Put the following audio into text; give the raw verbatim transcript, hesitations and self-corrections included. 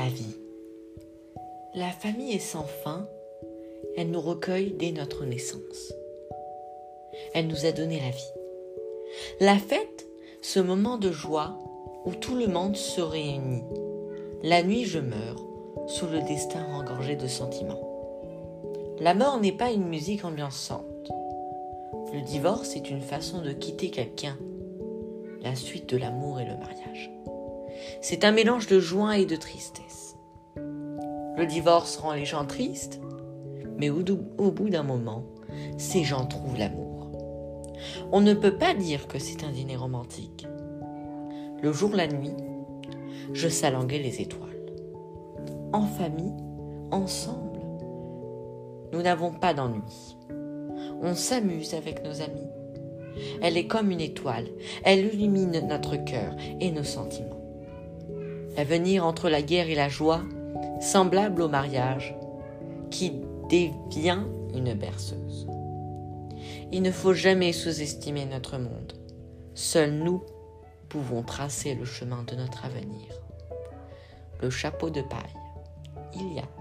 vie. La famille est sans fin, elle nous recueille dès notre naissance. Elle nous a donné la vie. La fête, ce moment de joie où tout le monde se réunit. La nuit, je meurs, sous le destin engorgé de sentiments. La mort n'est pas une musique ambiançante. Le divorce est une façon de quitter quelqu'un. La suite de l'amour et le mariage. C'est un mélange de joie et de tristesse. Le divorce rend les gens tristes, mais au, au bout d'un moment, ces gens trouvent l'amour. On ne peut pas dire que c'est un dîner romantique. Le jour, la nuit, je salanguais les étoiles. En famille, ensemble, nous n'avons pas d'ennui. On s'amuse avec nos amis. Elle est comme une étoile, elle illumine notre cœur et nos sentiments. L'avenir entre la guerre et la joie, semblable au mariage, qui devient une berceuse. Il ne faut jamais sous-estimer notre monde. Seuls nous pouvons tracer le chemin de notre avenir. Le chapeau de paille, Iliade.